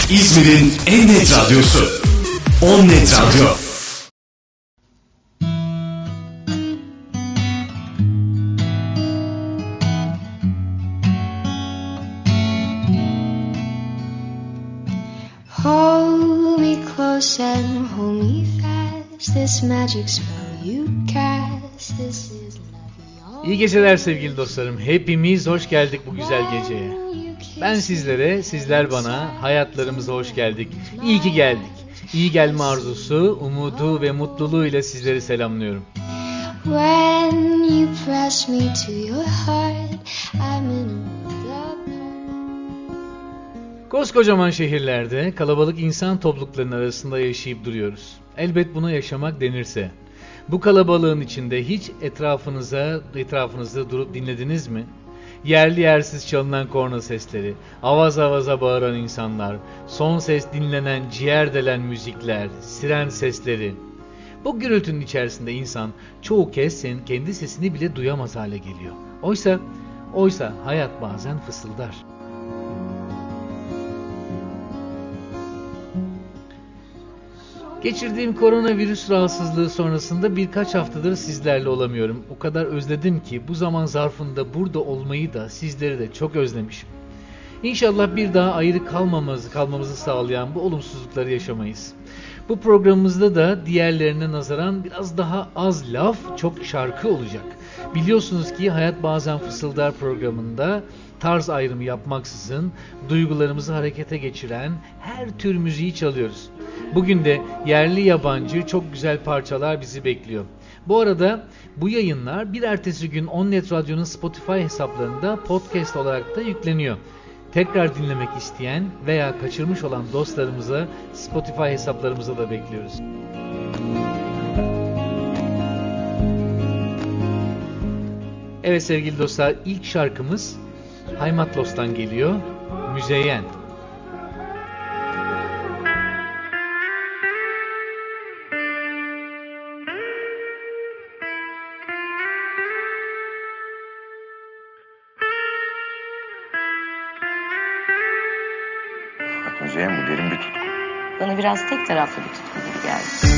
İzmir'in en net radyosu. On Net Radyo. Hold me close and hold me fast. This magic spell you cast. This is love. İyi geceler sevgili dostlarım. Hepimiz hoş geldik bu güzel geceye. Ben sizlere, sizler bana, hayatlarımıza hoş geldik. İyi ki geldik. İyi gelme arzusu, umudu ve mutluluğuyla sizleri selamlıyorum. When you press me to your heart, I'm in a Koskocaman şehirlerde kalabalık insan topluluklarının arasında yaşayıp duruyoruz. Elbet buna yaşamak denirse. Bu kalabalığın içinde hiç etrafınızda durup dinlediniz mi? Yerli yersiz çalınan korna sesleri, avaz avaza bağıran insanlar, son ses dinlenen ciğer delen müzikler, siren sesleri. Bu gürültünün içerisinde insan çoğu kez kendi sesini bile duyamaz hale geliyor. Oysa hayat bazen fısıldar. Geçirdiğim koronavirüs rahatsızlığı sonrasında birkaç haftadır sizlerle olamıyorum. O kadar özledim ki bu zaman zarfında burada olmayı da sizleri de çok özlemişim. İnşallah bir daha ayrı kalmamızı sağlayan bu olumsuzlukları yaşamayız. Bu programımızda da diğerlerine nazaran biraz daha az laf, çok şarkı olacak. Biliyorsunuz ki Hayat Bazen Fısıldar programında tarz ayrımı yapmaksızın duygularımızı harekete geçiren her tür müziği çalıyoruz. Bugün de yerli yabancı çok güzel parçalar bizi bekliyor. Bu arada bu yayınlar bir ertesi gün On Net Radyo'nun Spotify hesaplarında podcast olarak da yükleniyor. Tekrar dinlemek isteyen veya kaçırmış olan dostlarımıza Spotify hesaplarımıza da bekliyoruz. Evet sevgili dostlar, ilk şarkımız Haymatlos'tan geliyor. Müzeyyen. Müzeyyen, bu derin bir tutku. Bana biraz tek taraflı bir tutku gibi geldi.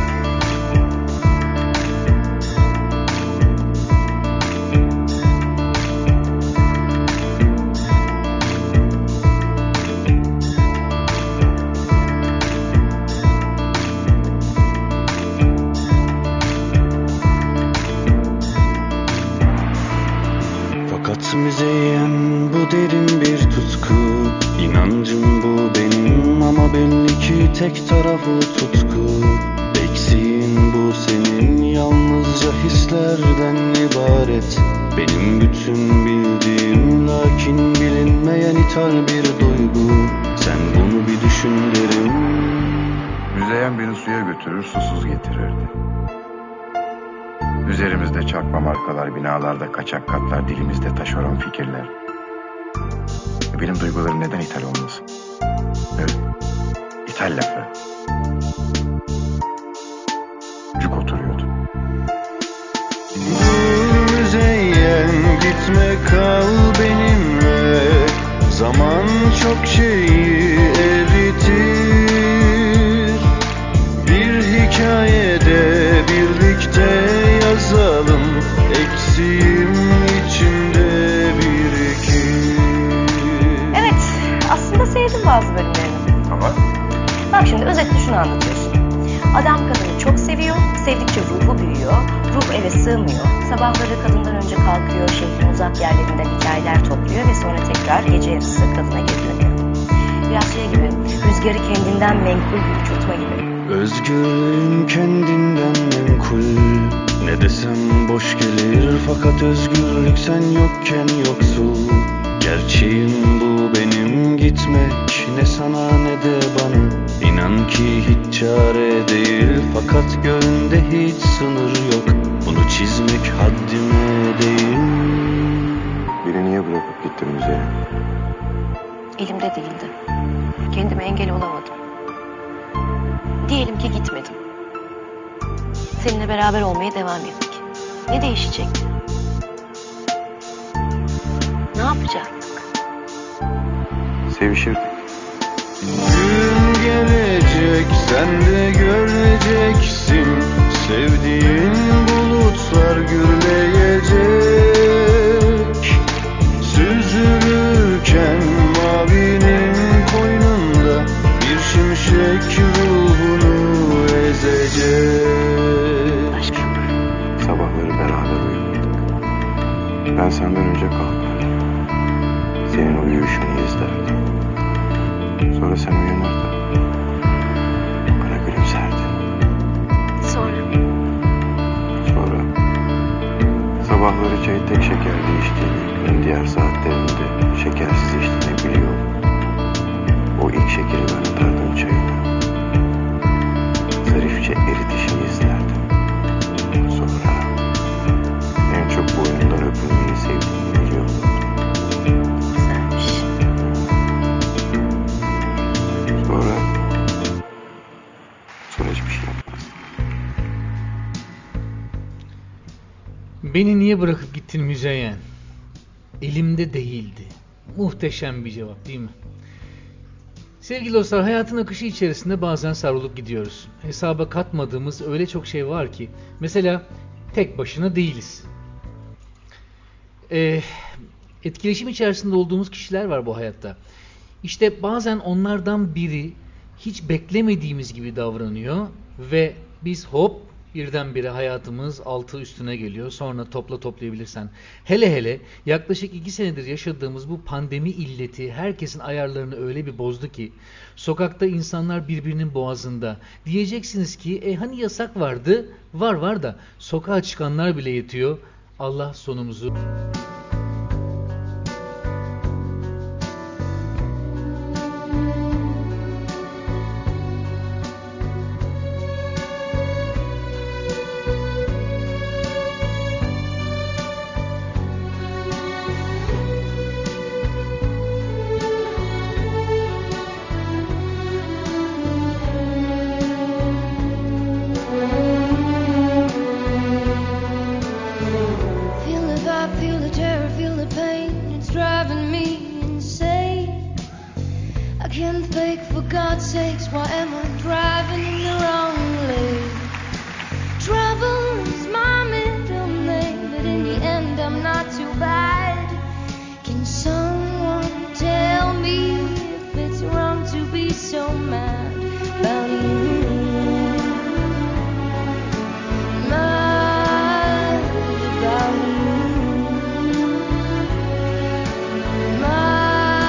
Fakat müzeyyen, bu derin bir tutku. İnancım bu benim ama belli ki tek taraflı tutku. Eksiğin bu senin, yalnızca hislerden ibaret. Benim bütün bildiğim lakin bilinmeyen ithal bir duygu. Sen bunu bir düşün derim. Müzeyyen beni suya götürür, susuz getirirdi. Üzerimizde çarpma markalar, binalarda kaçak katlar, dilimizde taşeron fikirler. Benim duygularım neden ithal olmasın? Evet, ithal lafı. Cuk oturuyordu. Müzeyyen, gitme kal benimle. Zaman çok şeyi eritir. Bir hikayede birlikte yazalım. Eksiğim içimde birikir. Evet, aslında sevdim bazı bölümlerini. Ama Bak şimdi özetle şunu anlatıyorsun. Adam kadını çok seviyor, sevdikçe ruhu büyüyor, ruh eve sığmıyor. Sabahları kadından önce kalkıyor, şehrin uzak yerlerinden hikayeler topluyor ve sonra tekrar gece yarısı kadına geri dönüyor. Biraz şey gibi, rüzgarı kendinden menkul bir uçurtma gibi. Özgürlüğün kendinden menkul. Ne desem boş gelir fakat özgürlük sen yokken yoksul. Gerçeğim bu benim, gitmek ne sana ne de bana. İnan ki hiç çare değil fakat gönlünde hiç sınır yok. Bunu çizmek haddime değil. beni niye bırakıp gittin Müzeyyen? Elimde değildi. Kendime engel olamadım. Diyelim ki gitmedim. Seninle beraber olmaya devam ettik. Ne değişecekti? Ne yapacaktık? Sevişirdik. gelecek, sen de göreceksin. Sevdiğin bulutlar gürleyecek. Süzülürken mavinin koynunda bir şimşek ruhunu ezecek. Sabahları beraber uyurduk. Ben senden önce kalkardım. Senin uyuyuşunu izlerdim. Sonra sen uyanırdın. Bana gülümserdin. Sonra Sabahları çayı tek şekerli içtiğini, gün diğer saatlerinde şekersiz içtiğini biliyordum. O ilk şekeri ben atardım çayına. Zarifçe eritişini izlerdim. Sonra en çok boynundan öpülmeyi sevdiğini biliyordum. güzelmiş. Sonra hiçbir şey yapmaz. Beni niye bırakıp gittin Müzeyyen? Elimde değildi. Muhteşem bir cevap değil mi? Sevgili dostlar, hayatın akışı içerisinde bazen savrulup gidiyoruz. Hesaba katmadığımız öyle çok şey var ki. Mesela tek başına değiliz. Etkileşim içerisinde olduğumuz kişiler var bu hayatta. İşte bazen onlardan biri hiç beklemediğimiz gibi davranıyor ve biz hop birdenbire hayatımız altı üstüne geliyor. Sonra toplayabilirsen. Hele yaklaşık 2 senedir yaşadığımız bu pandemi illeti herkesin ayarlarını öyle bir bozdu ki sokakta insanlar birbirinin boğazında. Diyeceksiniz ki hani yasak vardı? Var da sokağa çıkanlar bile yetiyor. Allah sonumuzu...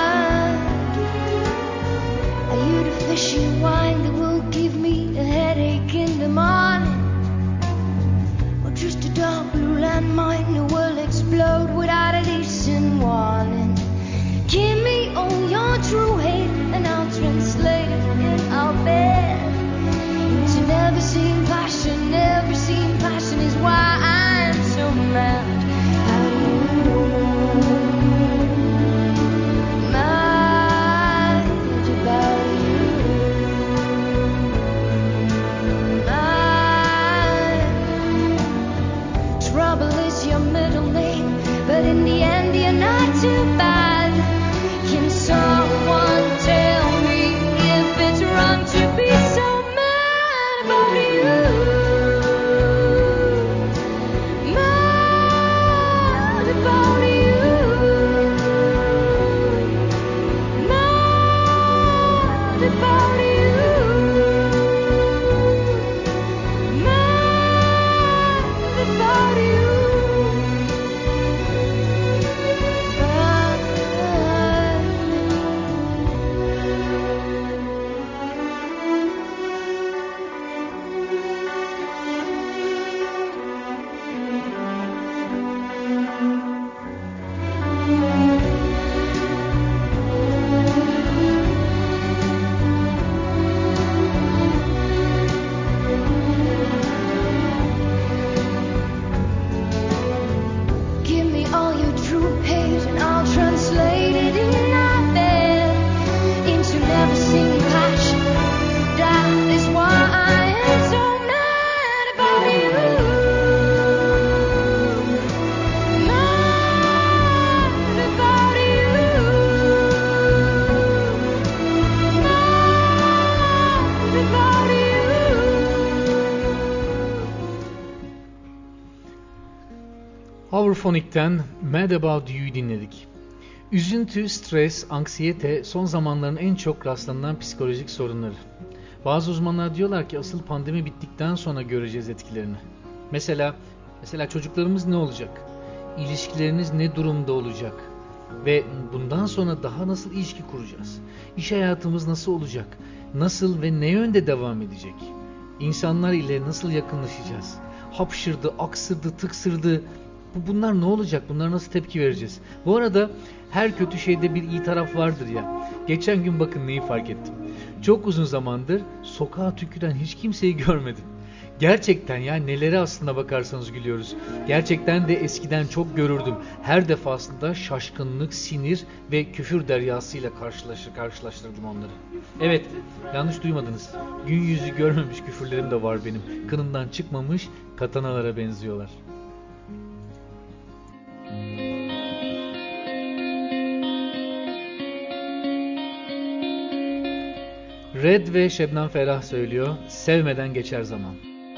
Wine that will give me a headache. Stereofonic'ten Mad About You'yu dinledik. Üzüntü, stres, anksiyete son zamanların en çok rastlanan psikolojik sorunları. Bazı uzmanlar diyorlar ki asıl pandemi bittikten sonra göreceğiz etkilerini. Mesela çocuklarımız ne olacak? İlişkileriniz ne durumda olacak? Ve bundan sonra daha nasıl ilişki kuracağız? İş hayatımız nasıl olacak? Nasıl ve ne yönde devam edecek? İnsanlar ile nasıl yakınlaşacağız? Hapşırdı, aksırdı, tıksırdı. Bunlar ne olacak? Bunlara nasıl tepki vereceğiz? Bu arada her kötü şeyde bir iyi taraf vardır ya. Geçen gün bakın neyi fark ettim. Çok uzun zamandır sokağa tüküren hiç kimseyi görmedim. Gerçekten ya neleri aslında bakarsanız gülüyoruz. Gerçekten de eskiden çok görürdüm. Her defasında şaşkınlık, sinir ve küfür deryasıyla karşılaştırdım onları. Evet, yanlış duymadınız. Gün yüzü görmemiş küfürlerim de var benim. Kınından çıkmamış katanalara benziyorlar. Red ve Şebnem Ferah söylüyor. Sevmeden geçer zaman.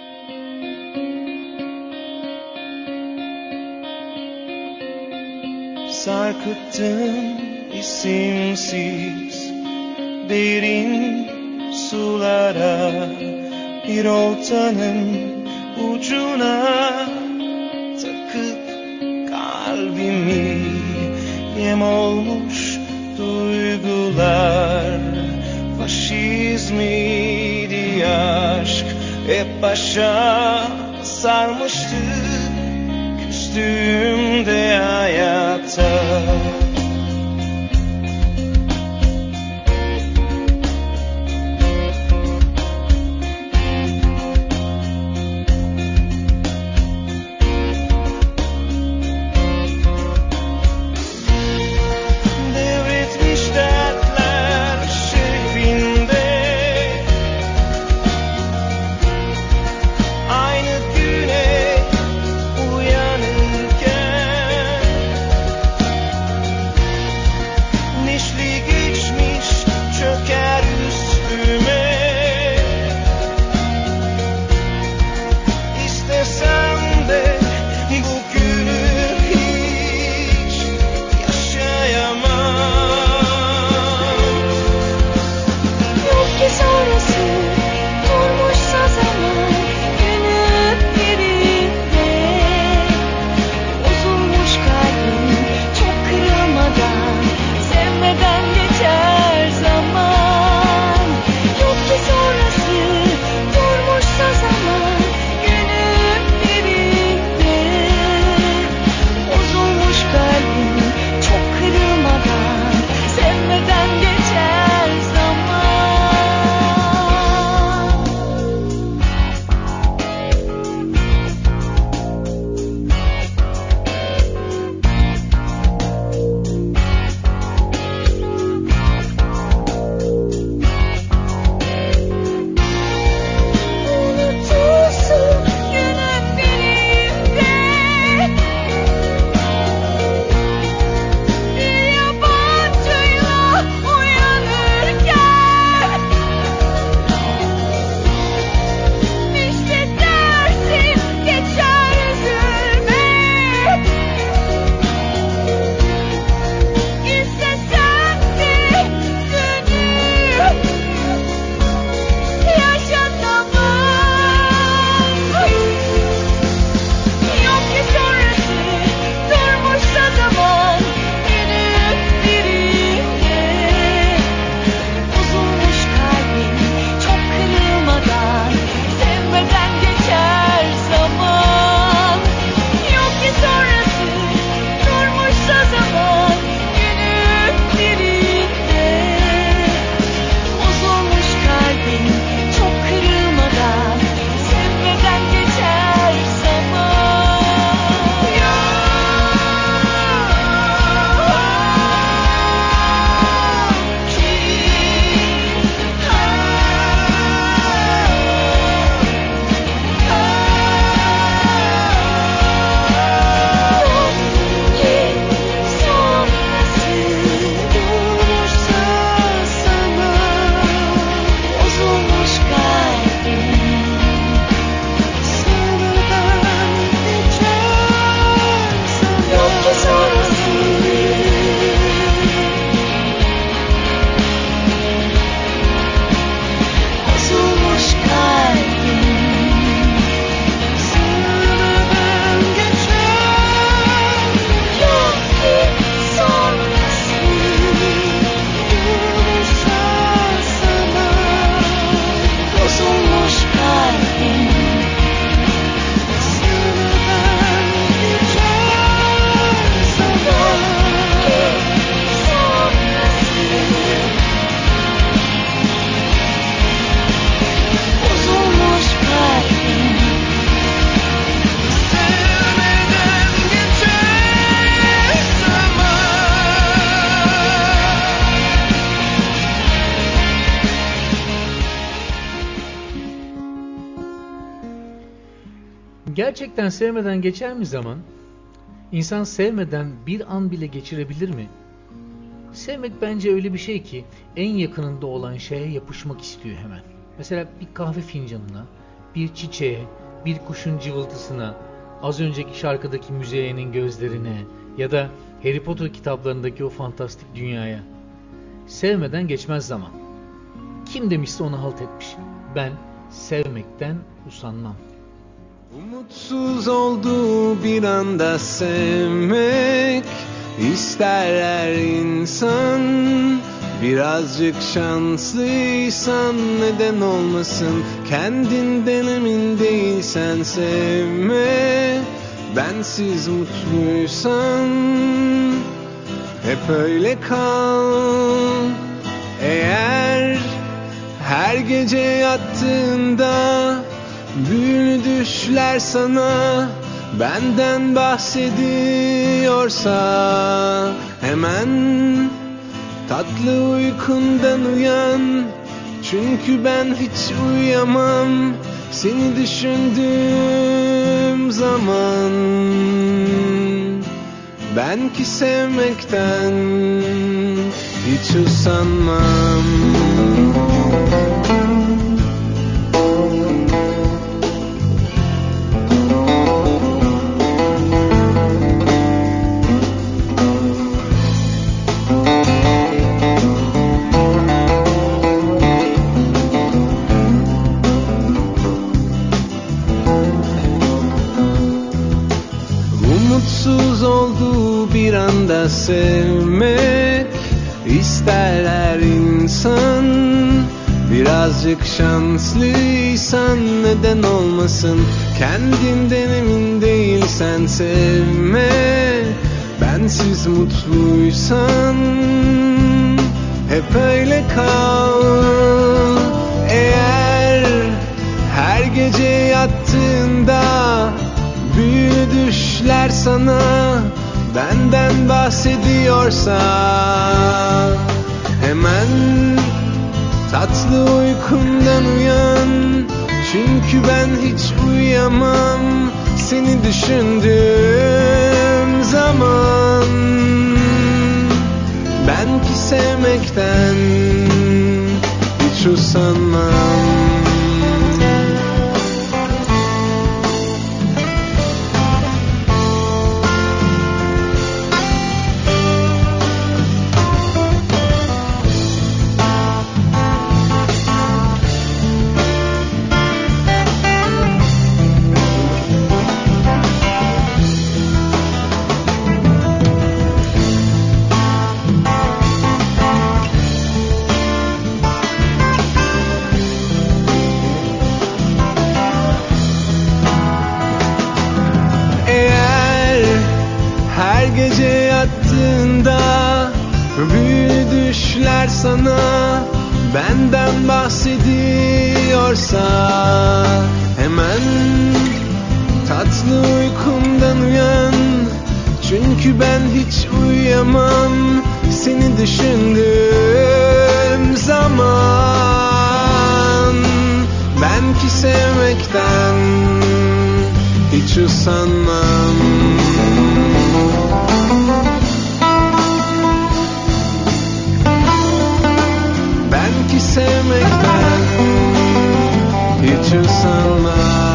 Sarkıttım isimsiz derin sulara, bir oltanın ucuna takıp kalbimi yem olmuş duygular. Faşizmiydi aşk, hep başa sarmıştı küstüğümde hayata. Gerçekten sevmeden geçer mi zaman? İnsan sevmeden bir an bile geçirebilir mi? Sevmek bence öyle bir şey ki en yakınında olan şeye yapışmak istiyor hemen. Mesela bir kahve fincanına, bir çiçeğe, bir kuşun cıvıltısına, az önceki şarkıdaki müzeyyenin gözlerine ya da Harry Potter kitaplarındaki o fantastik dünyaya. Sevmeden geçmez zaman. Kim demişse ona halt etmiş. Ben sevmekten usanmam. Umutsuz olduğu bir anda sevmek ister her insan. Birazcık şanslıysan neden olmasın? Kendinden emin değilsen sevme. Bensiz mutluysan hep öyle kal. Eğer her gece yattığında büyülü düşler sana benden bahsediyorsa, hemen tatlı uykundan uyan. Çünkü ben hiç uyuyamam seni düşündüğüm zaman. Ben ki sevmekten hiç usanmam. Umutsuz olduğu bir anda sevmek ister her insan. Birazcık şanslıysan neden olmasın? Kendinden emin değilsen sevme. Bensiz mutluysan hep öyle kal. Eğer her gece yattığında büyülü düşler sana benden bahsediyorsa, hemen tatlı uykundan uyan. Çünkü ben hiç uyuyamam seni düşündüğüm zaman. Ben ki sevmekten hiç usanmam. Sana benden bahsediyorsa, hemen tatlı uykumdan uyan. Çünkü ben hiç uyuyamam seni düşündüğüm zaman. Ben ki sevmekten hiç usanmam. Sevmekten hiç usanmam.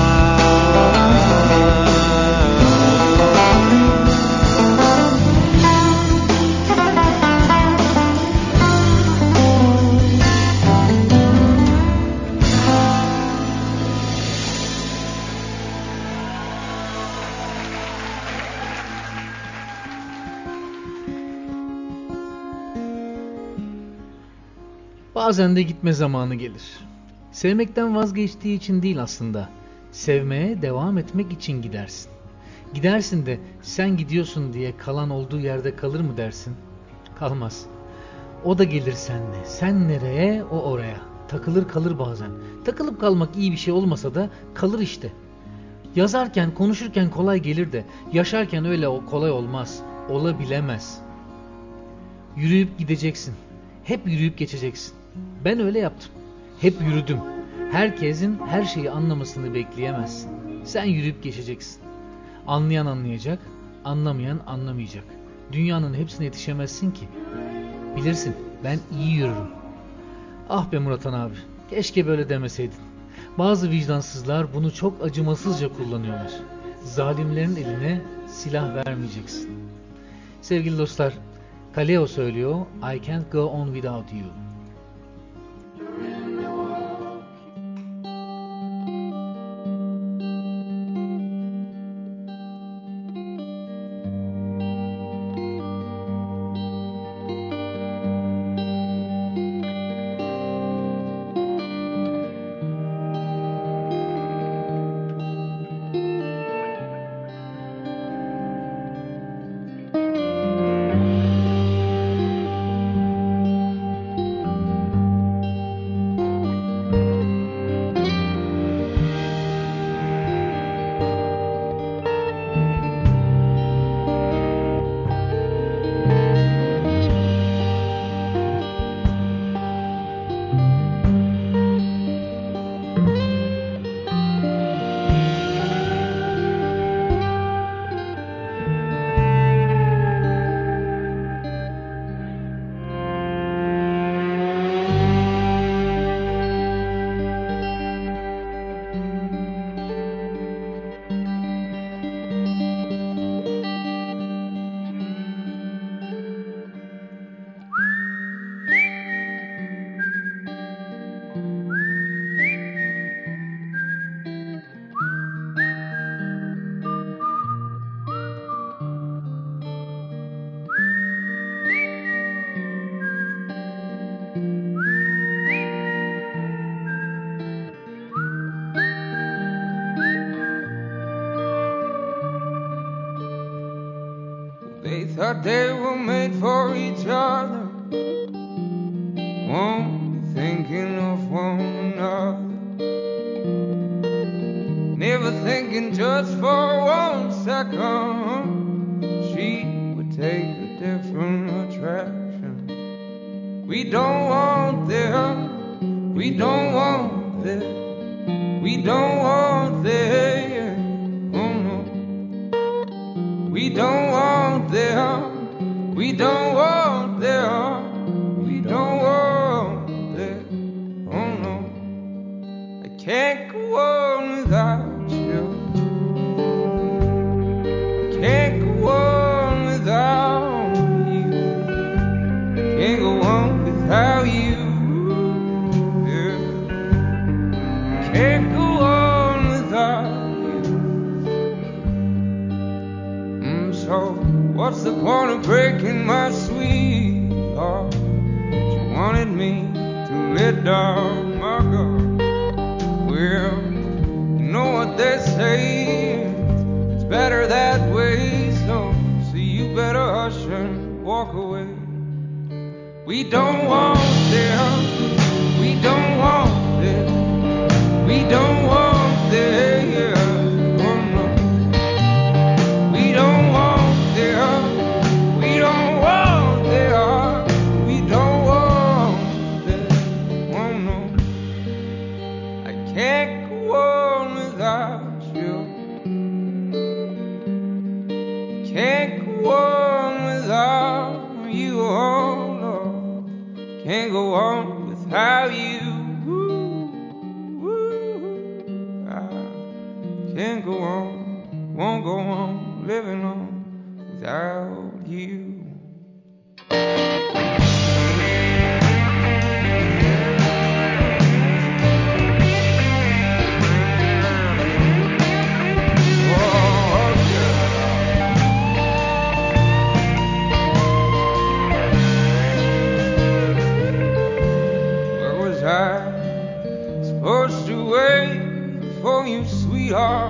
Bazen de gitme zamanı gelir. Sevmekten vazgeçtiği için değil aslında. Sevmeye devam etmek için gidersin. Gidersin de sen gidiyorsun diye kalan olduğu yerde kalır mı dersin? Kalmaz. O da gelir seninle. Sen nereye, o oraya. Takılır kalır bazen. Takılıp kalmak iyi bir şey olmasa da kalır işte. Yazarken, konuşurken kolay gelir de yaşarken öyle kolay olmaz. Olabilemez. Yürüyüp gideceksin. Hep yürüyüp geçeceksin. Ben öyle yaptım. Hep yürüdüm. Herkesin her şeyi anlamasını bekleyemezsin. Sen yürüyüp geçeceksin. Anlayan anlayacak, anlamayan anlamayacak. Dünyanın hepsine yetişemezsin ki. Bilirsin, ben iyi yürürüm. Ah be Murat Han abi, keşke böyle demeseydin. Bazı vicdansızlar bunu çok acımasızca kullanıyorlar. Zalimlerin eline silah vermeyeceksin. Sevgili dostlar, Kaleo söylüyor, I can't go on without you. Thought they were made for each other, only thinking of one another, never thinking just for 1 second she would take a different attraction. We don't want them, we don't want them, we don't want them, oh no. We don't want them, we don't want them, we don't want them, oh no. I can't go on without you, I can't go on without you, can't go on without you, yeah. Can't go on without you. So what's the point of breaking my sweetheart? She wanted me to let down my guard. Well, you know what they say, it's better that way. So you better hush and walk away. We don't want them, we don't want them, we don't want them, yeah. Oh no. We don't want can't go on without you, can't go on without you, oh no, can't go on without you, I can't go on, won't go on living on without you. Supposed to wait for you, sweetheart,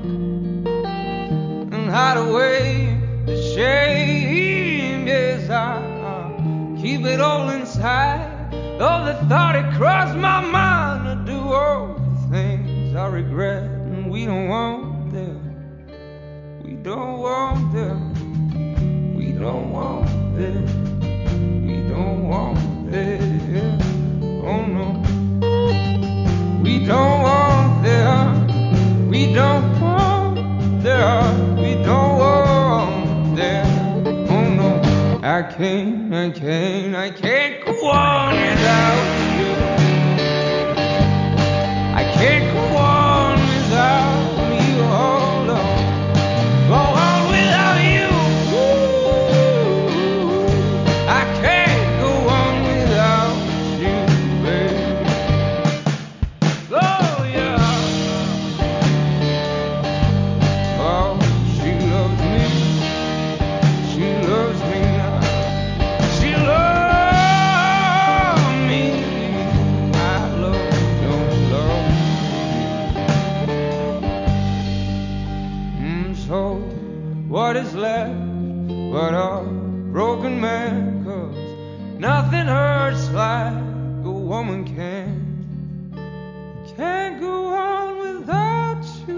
and hide away the shame. Yes, I keep it all inside. Though the thought it crossed my mind to do all the things I regret, and we don't want them, we don't want them, we don't want them, we don't want them, oh no. We don't want them, we don't want can't go on without you. I can't go on without you. Hold on, go on without you. I can't go on without you, baby. Oh yeah. Oh, she loves me. She loves me now. She loves me. I love you, don't love me. So what is left but a broken man? 'Cause nothing hurts like a woman can. Can't go on without you.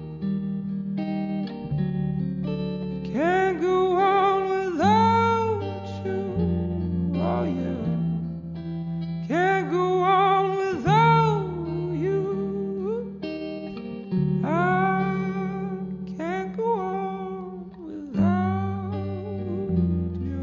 Can't go on without you. Oh yeah. Can't go on without you. I can't go on without you.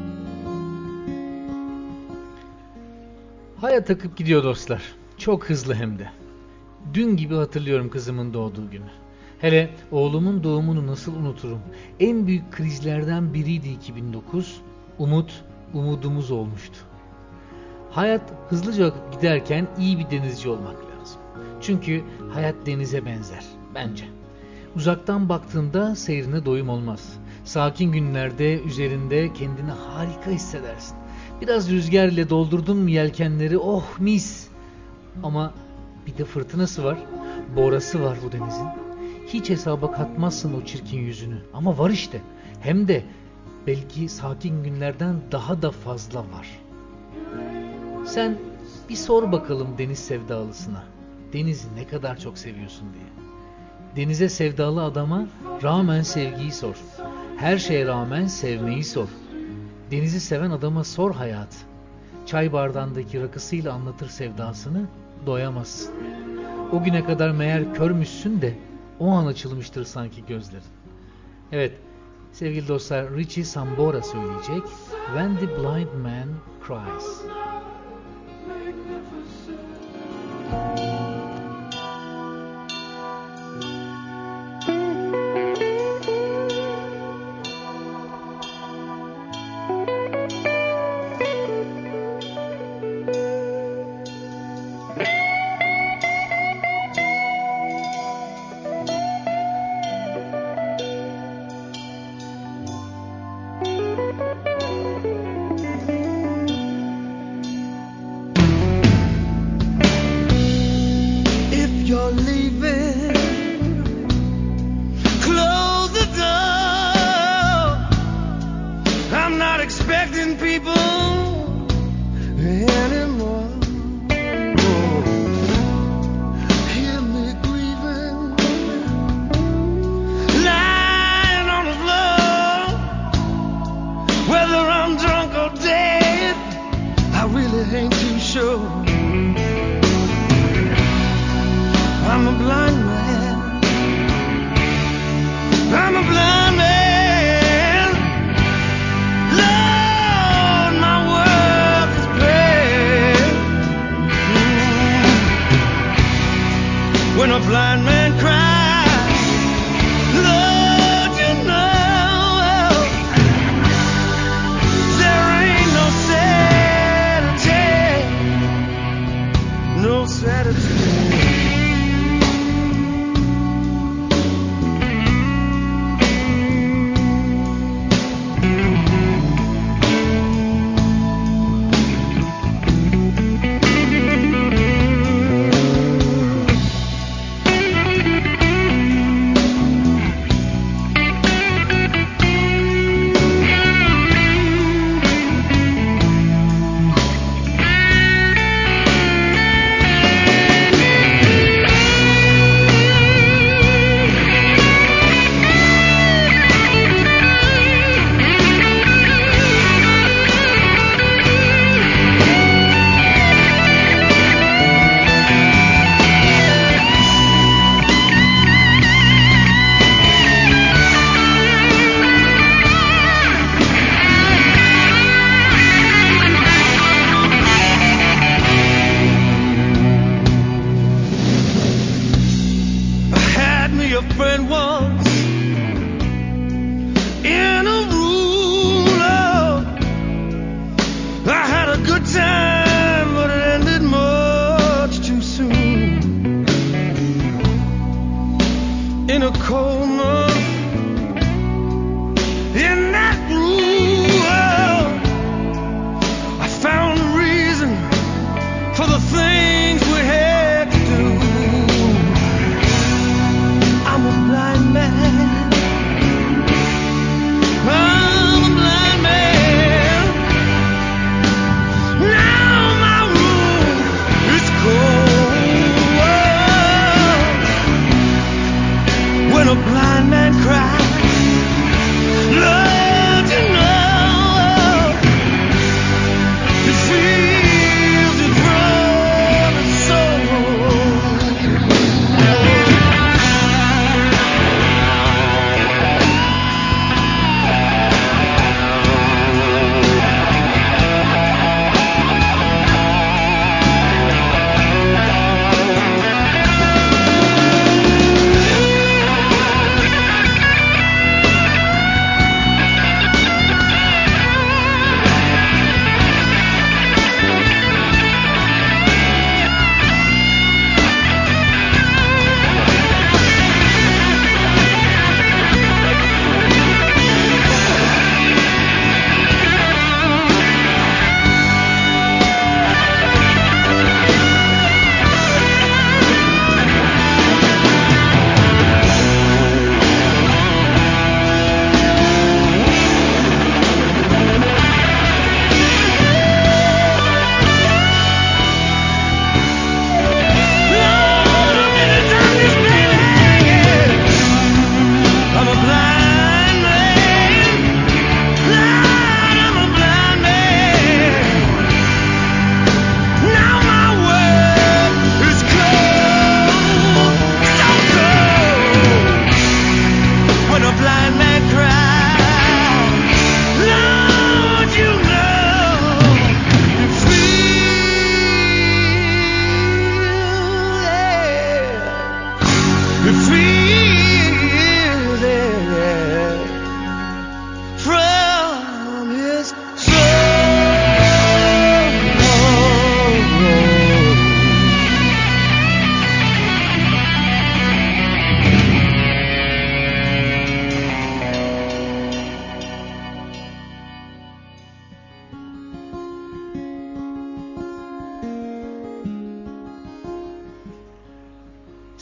Hayat akıp gidiyor dostlar. Çok hızlı hem de. Dün gibi hatırlıyorum kızımın doğduğu günü. Hele oğlumun doğumunu nasıl unuturum? En büyük krizlerden biriydi 2009. Umudumuz olmuştu. Hayat hızlıca akıp giderken iyi bir denizci olmak lazım. Çünkü hayat denize benzer bence. Uzaktan baktığında seyrine doyum olmaz. Sakin günlerde üzerinde kendini harika hissedersin. Biraz rüzgar ile doldurdun mu yelkenleri, oh mis. Ama bir de fırtınası var, borası var bu denizin. Hiç hesaba katmazsın o çirkin yüzünü. Ama var işte. Hem de belki sakin günlerden daha da fazla var. Sen bir sor bakalım deniz sevdalısına. Denizi ne kadar çok seviyorsun diye. Denize sevdalı adama rağmen sevgiyi sor. Her şeye rağmen sevmeyi sor. Denizi seven adama sor hayat. Çay bardağındaki rakısıyla anlatır sevdasını, doyamazsın. O güne kadar meğer körmüşsün de o an açılmıştır sanki gözlerin. Evet, sevgili dostlar, Richie Sambora söyleyecek When the Blind Man Cries.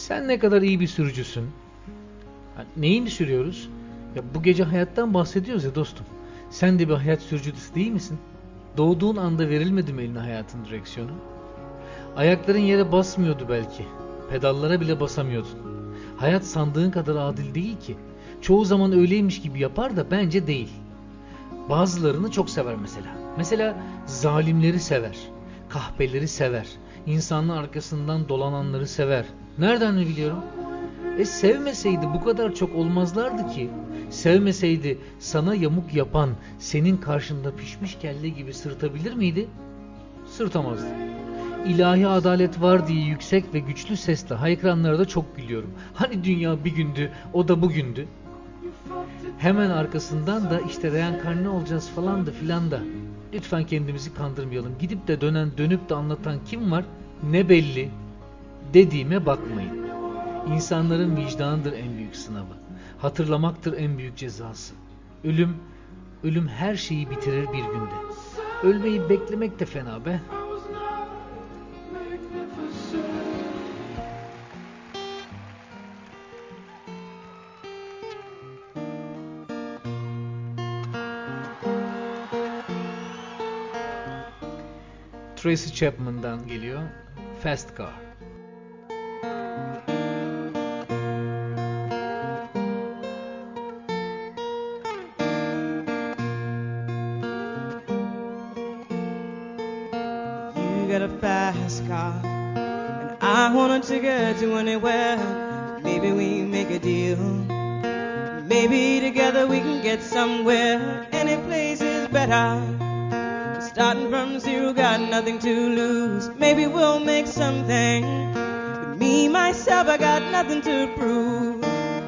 Sen ne kadar iyi bir sürücüsün. Neyi mi sürüyoruz? Ya bu gece hayattan bahsediyoruz ya dostum. Sen de bir hayat sürücüsü değil misin? Doğduğun anda verilmedi mi eline hayatın direksiyonu? Ayakların yere basmıyordu belki. Pedallara bile basamıyordun. Hayat sandığın kadar adil değil ki. Çoğu zaman öyleymiş gibi yapar da bence değil. Bazılarını çok sever mesela. Mesela zalimleri sever. Kahpeleri sever. İnsanın arkasından dolananları sever. Nereden mi biliyorum? Sevmeseydi bu kadar çok olmazlardı ki. Sevmeseydi sana yamuk yapan senin karşında pişmiş kelle gibi sırtabilir miydi? Sırtamazdı. İlahi adalet var diye yüksek ve güçlü sesle haykıranlara da çok gülüyorum. Hani dünya bir gündü, o da bugündü. Hemen arkasından da işte reenkarne olacağız falan da filan da. Lütfen kendimizi kandırmayalım. Gidip de dönüp de anlatan kim var? Ne belli dediğime bakmayın. İnsanların vicdanıdır en büyük sınavı. Hatırlamaktır en büyük cezası. Ölüm her şeyi bitirir bir günde. Ölmeyi beklemek de fena be. Tracy Chapman'dan geliyor. Fast Car. You got a fast car, and I want to get to anywhere. Maybe we make a deal. Maybe together we can get somewhere. Any place is better. Starting from zero, got nothing to lose. Maybe we'll make something. But me, myself, I got nothing to prove.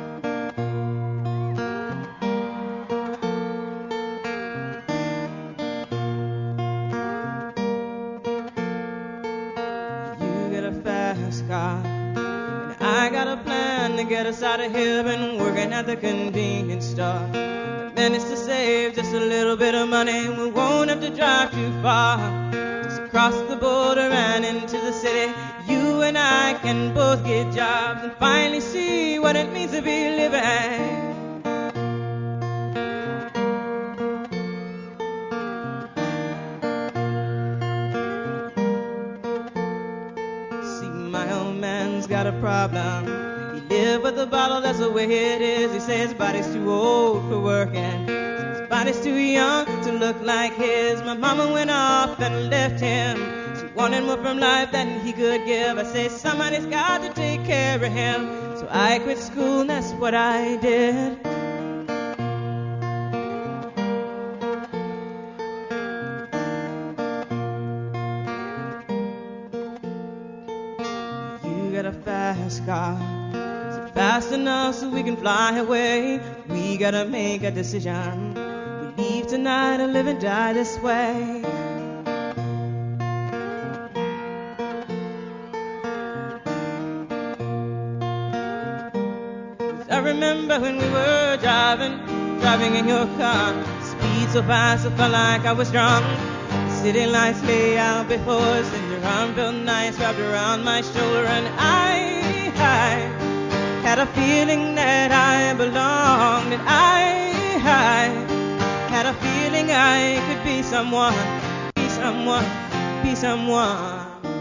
You got a fast car, and I got a plan to get us out of here. Been working at the convenience store. Managed to save just a little bit of money. We won't have to drive too far. Just cross the border and into the city. You and I can both get jobs and finally see what it means to be living. See, my old man's got a problem. Live with the bottle, that's the way it is. He says his body's too old for working. His body's too young to look like his. My mama went off and left him. She wanted more from life than he could give. I say somebody's got to take care of him. So I quit school and that's what I did. You got a fast car. Fast enough so we can fly away. We gotta make a decision. We leave tonight or live and die this way. I remember when we were driving in your car. Speed so fast I felt like I was drunk. City lights lay out before us, and your arm felt nice wrapped around my shoulder, and I had a feeling that I belonged, and I had a feeling I could be someone, be someone, be someone.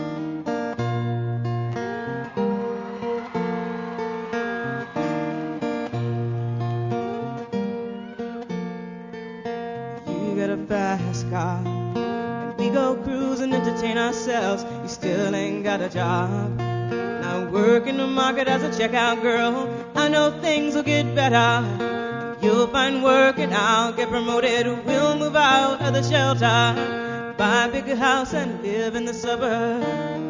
You got a fast car, and we go cruise and entertain ourselves. You still ain't got a job. I work in the market as a checkout girl. I know things will get better. You'll find work and I'll get promoted. We'll move out of the shelter, buy a bigger house and live in the suburbs.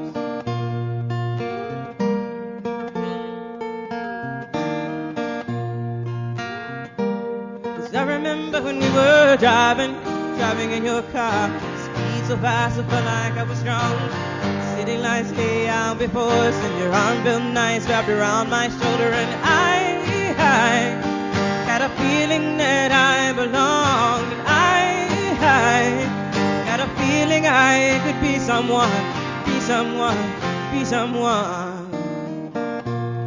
'Cause I remember when we were driving in your car. Speed so fast I felt like I was drunk. City lights lay out before us, and your arm felt nice wrapped around my shoulder, and I had a feeling that I belonged, and I had a feeling I could be someone, be someone, be someone.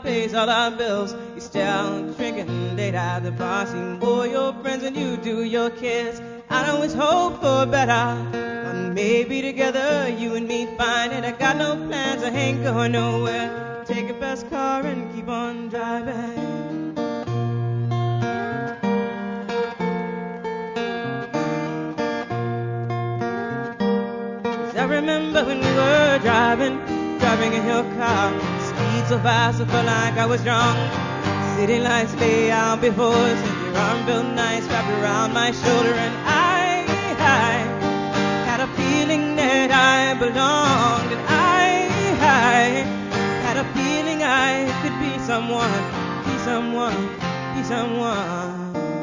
pays all our bills. You still drinking late at the bar, see more your friends than you do your kids. I always hope for better, and maybe together you and me find it. I got no plans, I ain't going nowhere. Take your best car and keep on driving. I remember when we were driving in your car. Speed so fast I felt like I was drunk. City lights lay out before us, and your arm felt nice wrapped around my shoulder. And I had a feeling that I belonged. And I had a feeling I could be someone, be someone, be someone.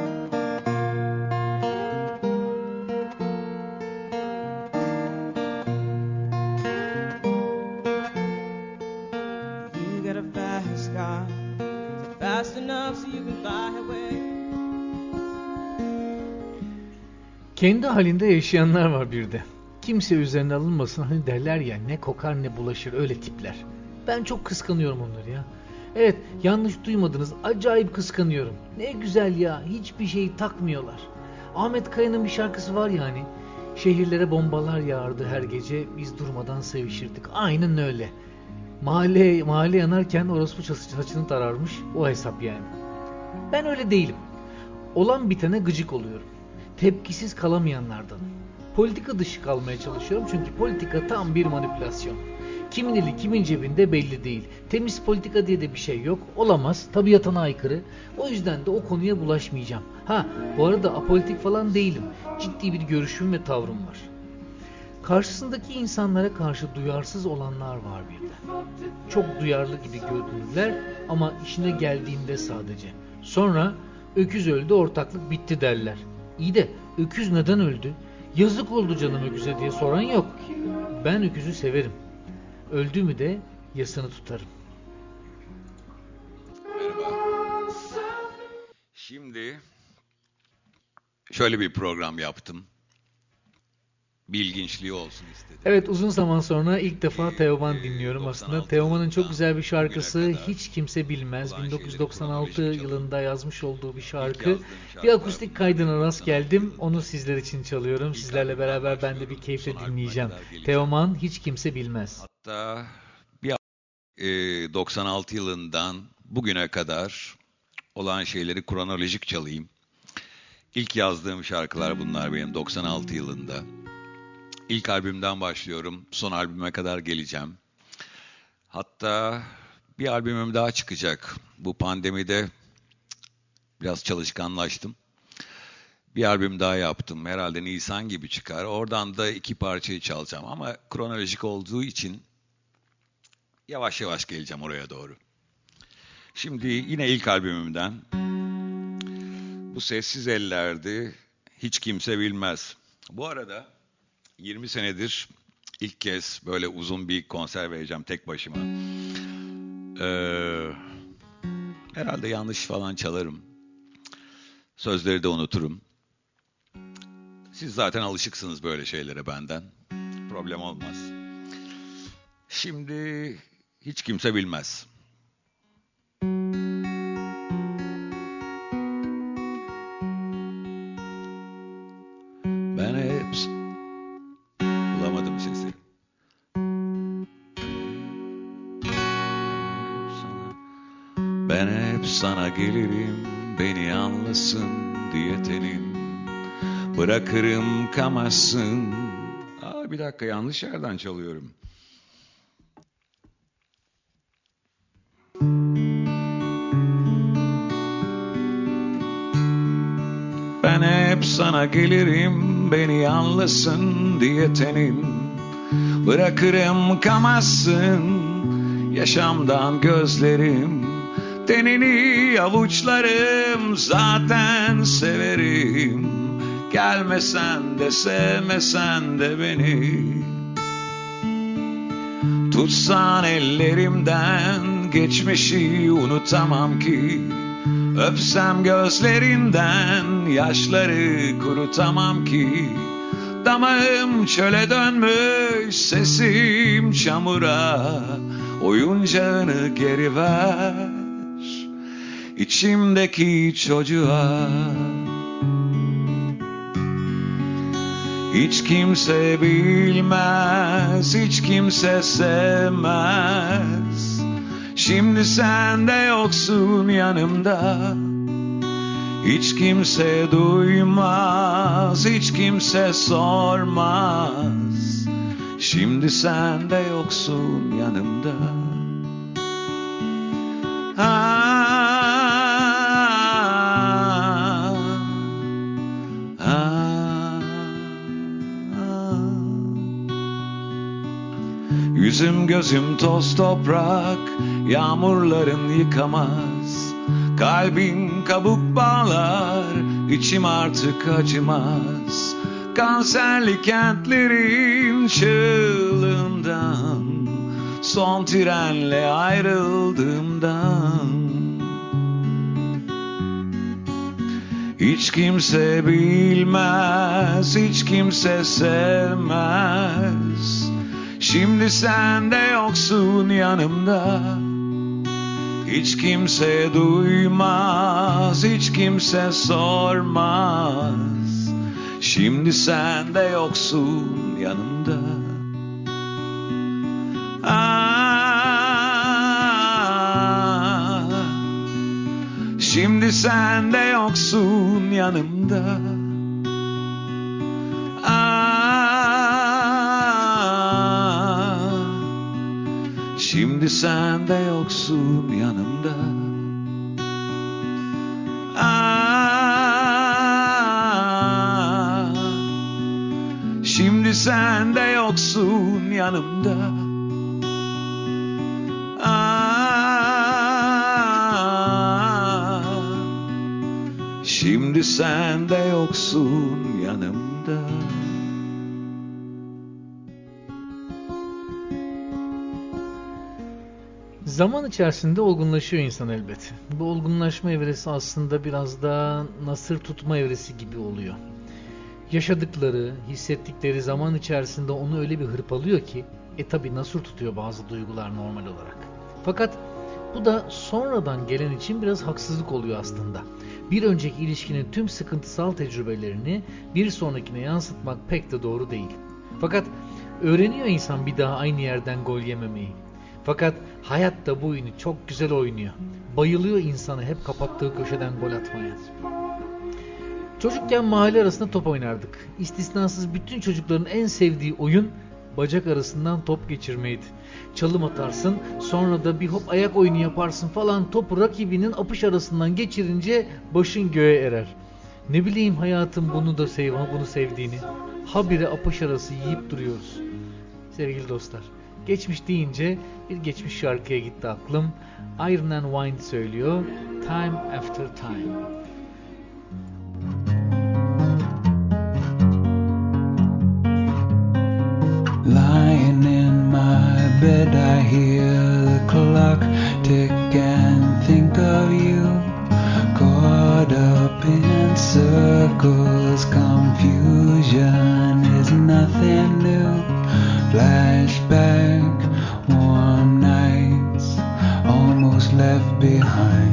Kendi halinde yaşayanlar var bir de. Kimse üzerine alınmasın, hani derler ya, ne kokar ne bulaşır, öyle tipler. Ben çok kıskanıyorum onları ya. Evet, yanlış duymadınız, acayip kıskanıyorum. Ne güzel ya, hiçbir şeyi takmıyorlar. Ahmet Kaya'nın bir şarkısı var ya hani. Şehirlere bombalar yağardı her gece, biz durmadan sevişirdik. Aynen öyle. Mahalle yanarken orospu saçını tararmış, o hesap yani. Ben öyle değilim. Olan bitene gıcık oluyorum. Tepkisiz kalamayanlardan. Politika dışı kalmaya çalışıyorum çünkü politika tam bir manipülasyon. Kimin eli kimin cebinde belli değil. Temiz politika diye de bir şey yok. Olamaz. Tabiatına aykırı. O yüzden de o konuya bulaşmayacağım. Bu arada apolitik falan değilim. Ciddi bir görüşüm ve tavrım var. Karşısındaki insanlara karşı duyarsız olanlar var bir de. Çok duyarlı gibi görünürler ama işine geldiğinde sadece. Sonra öküz öldü, ortaklık bitti derler. İyi de öküz neden öldü? Yazık oldu canım öküze diye soran yok. Ben öküzü severim. Öldü mü de yasını tutarım. Merhaba. Şimdi şöyle bir program yaptım. Bilginçliği olsun istedim. Evet, uzun zaman sonra ilk defa Teoman dinliyorum aslında. Teoman'ın çok güzel bir şarkısı Hiç Kimse Bilmez. 1996 yılında yazmış olduğu bir şarkı. Bir akustik kaydına rast geldim. Onu sizler için çalıyorum. Sizlerle beraber ben de bir keyifle dinleyeceğim. Teoman Hiç Kimse Bilmez. Hatta bir 96 yılından bugüne kadar olan şeyleri kronolojik çalayım. İlk yazdığım şarkılar bunlar benim 96 yılında. İlk albümden başlıyorum. Son albüme kadar geleceğim. Hatta bir albümüm daha çıkacak. Bu pandemide biraz çalışkanlaştım. Bir albüm daha yaptım. Herhalde Nisan gibi çıkar. Oradan da 2 parçayı çalacağım. Ama kronolojik olduğu için yavaş yavaş geleceğim oraya doğru. Şimdi yine ilk albümümden. Bu Sessiz Eller'di. Hiç Kimse Bilmez. Bu arada 20 senedir ilk kez böyle uzun bir konser vereceğim tek başıma. Herhalde yanlış falan çalarım. Sözleri de unuturum. Siz zaten alışıksınız böyle şeylere benden. Problem olmaz. Şimdi Hiç Kimse Bilmez. Ben hep... Bulamadım sesi. Ben hep sana gelirim, beni anlasın diye tenim. Bırakırım kamaşsın. Bir dakika, yanlış yerden çalıyorum. Ben hep sana gelirim, beni anlasın diye tenim. Bırakırım kamaşsın yaşamdan gözlerim. Tenini avuçlarım, zaten severim. Gelmesen de sevmesen de beni. Tutsan ellerimden, geçmişi unutamam ki. Öpsem gözlerinden, yaşları kurutamam ki. Damağım çöle dönmüş, sesim çamura. Oyuncağını geri ver. içimdeki çocuğa. Hiç kimse bilmez, hiç kimse sevmez. Şimdi sen de yoksun yanımda. Hiç kimse duymaz, hiç kimse sormaz. Şimdi sen de yoksun yanımda. Yüzüm gözüm toz toprak, yağmurların yıkamaz. Kalbim kabuk bağlar, içim artık acımaz. Kanserli kentlerin çığlığından, son trenle ayrıldığımdan. Hiç kimse bilmez, hiç kimse sevmez. Şimdi sen de yoksun yanımda. Hiç kimse duymaz, hiç kimse sormaz. Şimdi sen de yoksun yanımda. Şimdi sen de yoksun yanımda. Şimdi sen de yoksun yanımda. Şimdi sen de yoksun yanımda. Şimdi sen de yoksun yanımda. Zaman içerisinde olgunlaşıyor insan elbet. Bu olgunlaşma evresi aslında biraz da nasır tutma evresi gibi oluyor. Yaşadıkları, hissettikleri zaman içerisinde onu öyle bir hırpalıyor ki, tabi nasır tutuyor bazı duygular normal olarak. Fakat bu da sonradan gelen için biraz haksızlık oluyor aslında. Bir önceki ilişkinin tüm sıkıntısal tecrübelerini bir sonrakine yansıtmak pek de doğru değil. Fakat öğreniyor insan bir daha aynı yerden gol yememeyi. Fakat hayat da bu oyunu çok güzel oynuyor. Bayılıyor insanı hep kapattığı köşeden gol atmaya. Çocukken mahalle arasında top oynardık. İstisnasız bütün çocukların en sevdiği oyun bacak arasından top geçirmeydi. Çalım atarsın, sonra da bir hop ayak oyunu yaparsın falan, topu rakibinin apış arasından geçirince başın göğe erer. Ne bileyim hayatım bunu sevdiğini. Habire apış arası yiyip duruyoruz. Sevgili dostlar, geçmiş deyince bir geçmiş şarkıya gitti aklım. Iron and Wine söylüyor. Time After Time. Lying in my bed I hear the clock tick and think of you. Caught up in circles, confusion is nothing new. Flashback, warm nights, almost left behind.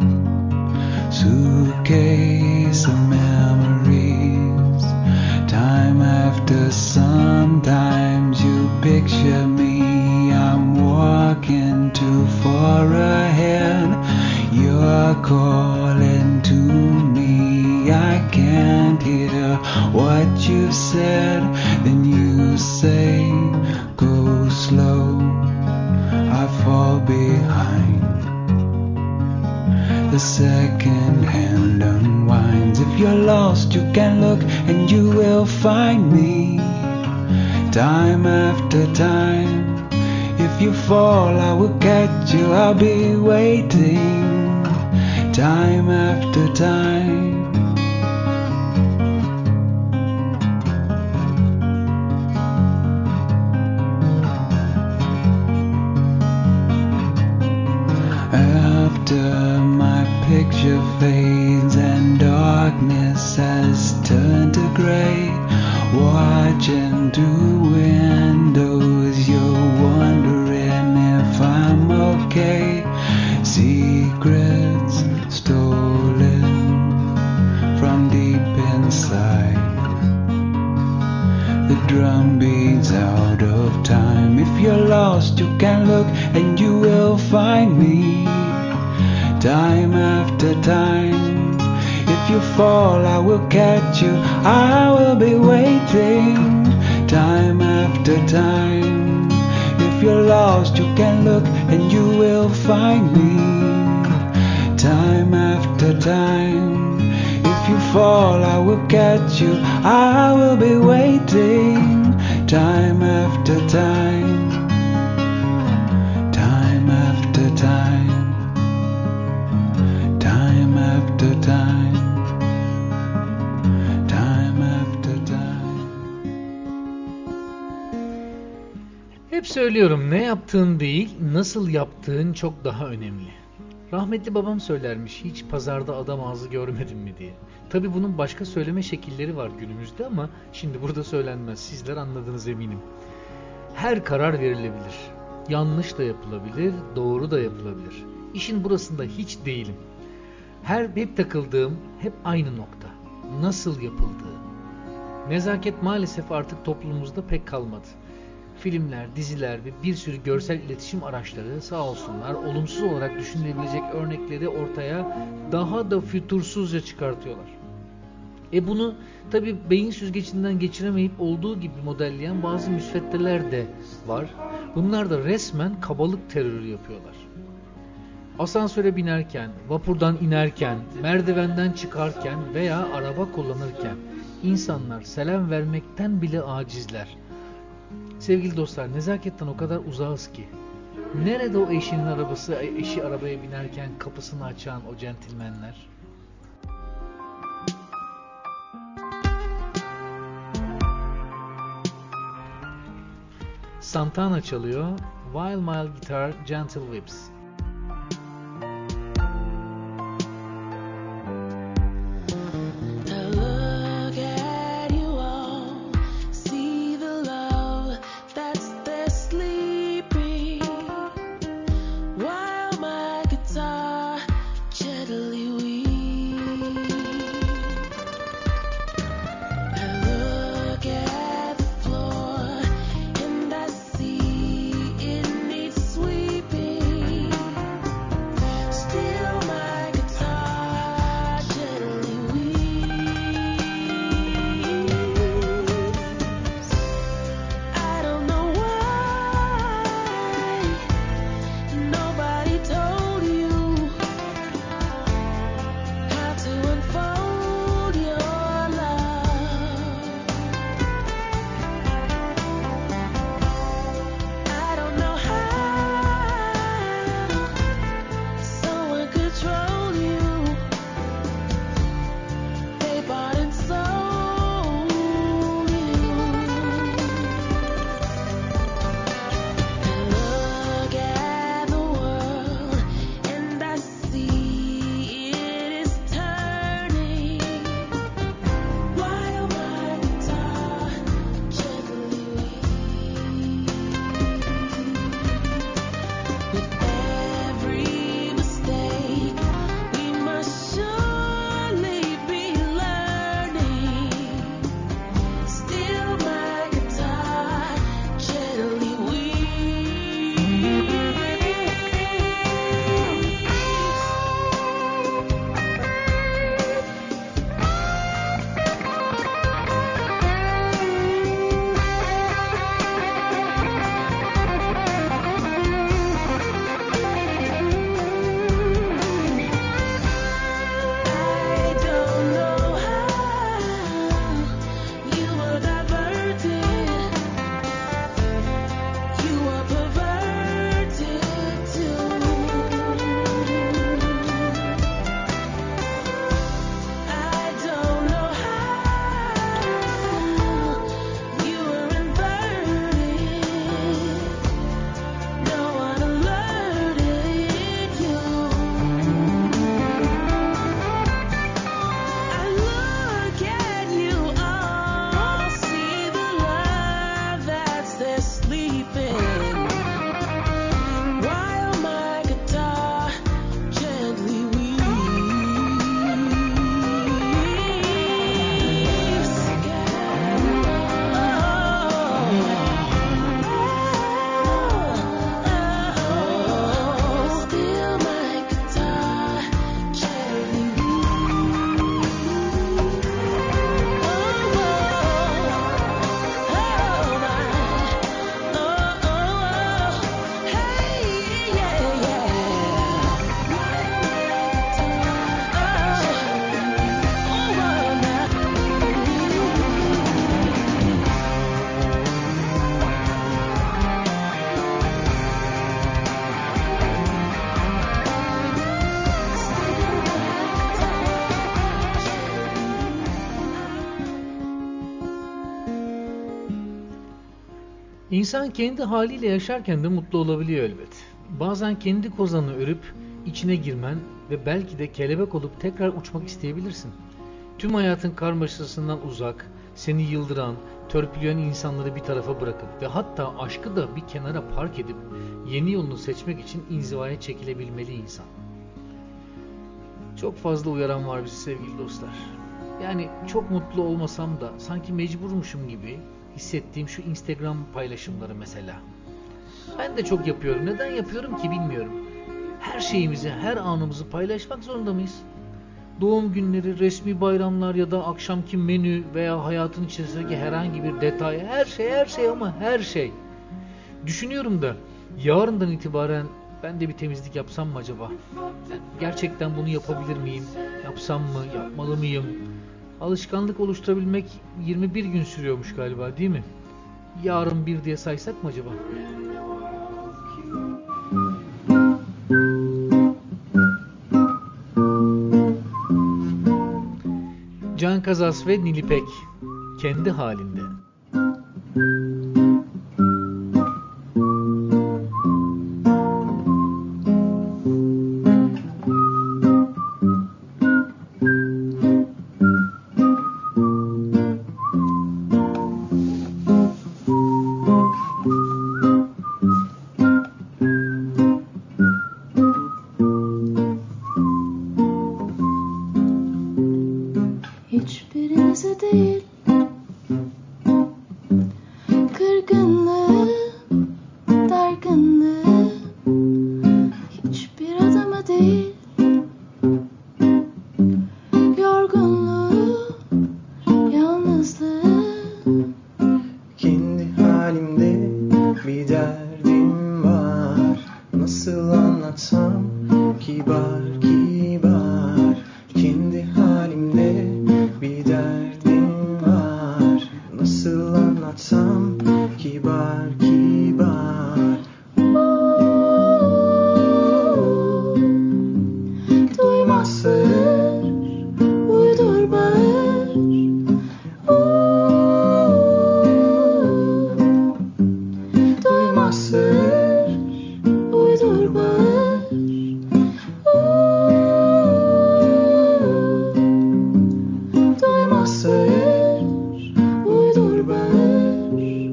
Suitcase of memories, time after sometimes you picture me, I'm walking too far ahead. You're calling to me, I can't hear what you said. Then you say, go slow, I fall behind. The second hand unwinds. If you're lost you can look and you will find me. Time after time, if you fall I will catch you, I'll be waiting. Time after time. After my picture fades and darkness has turned to grey, watching through windows you're wondering if I'm okay. Secrets time after time. If you fall, I will catch you, I will be waiting, time after time. If you're lost, you can look and you will find me, time after time. If you fall, I will catch you, I will be waiting, time after time, time after time, time after time, time after time. Hep söylüyorum, ne yaptığın değil, nasıl yaptığın çok daha önemli. Rahmetli babam söylermiş, hiç pazarda adam ağzı görmedim mi diye. Tabii bunun başka söyleme şekilleri var günümüzde ama şimdi burada söylenmez. Sizler anladınız eminim. Her karar verilebilir. Yanlış da yapılabilir, doğru da yapılabilir. İşin burasında hiç değilim. Hep takıldığım, hep aynı nokta. Nasıl yapıldığı. Nezaket maalesef artık toplumumuzda pek kalmadı. Filmler, diziler ve bir sürü görsel iletişim araçları sağ olsunlar olumsuz olarak düşünülebilecek örnekleri ortaya daha da fütursuzca çıkartıyorlar. Bunu tabii beyin süzgecinden geçiremeyip olduğu gibi modelleyen bazı müsveddeler de var. Bunlar da resmen kabalık terörü yapıyorlar. Asansöre binerken, vapurdan inerken, merdivenden çıkarken veya araba kullanırken insanlar selam vermekten bile acizler. Sevgili dostlar, nezaketten o kadar uzağız ki. Nerede o eşi arabaya binerken kapısını açan o centilmenler? Santana çalıyor. While My Guitar Gentle Whips. Sweeping İnsan kendi haliyle yaşarken de mutlu olabiliyor elbet. Bazen kendi kozanı örüp içine girmen ve belki de kelebek olup tekrar uçmak isteyebilirsin. Tüm hayatın karmaşasından uzak, seni yıldıran, törpüleyen insanları bir tarafa bırakıp ve hatta aşkı da bir kenara park edip yeni yolunu seçmek için inzivaya çekilebilmeli insan. Çok fazla uyaran var bizi sevgili dostlar. Yani çok mutlu olmasam da sanki mecburmuşum gibi hissettiğim şu Instagram paylaşımları mesela. Ben de çok yapıyorum. Neden yapıyorum ki bilmiyorum. Her şeyimizi, her anımızı paylaşmak zorunda mıyız? Doğum günleri, resmi bayramlar ya da akşamki menü veya hayatın içerisindeki herhangi bir detay, her şey ama her şey. Düşünüyorum da yarından itibaren ben de bir temizlik yapsam mı acaba? Yani gerçekten bunu yapabilir miyim? Yapsam mı? Yapmalı mıyım? Alışkanlık oluşturabilmek 21 gün sürüyormuş galiba, değil mi? Yarın 1 diye saysak mı acaba? Can Kazas ve Nilipek kendi halinde. Hiçbirinize değil, kırgınlığı, dargınlığı, hiçbir adama değil, yorgunluğu, yalnızlığı. Kendi halimde bir derdim var, nasıl anlatsam kibar kibar. Kendi halimde bir derdim var, nasıl anlatsam kibar kibar. Duymaz sır, uydur bağır. Duymaz sır, uydur bağır. Duymaz sır, uydur bağır.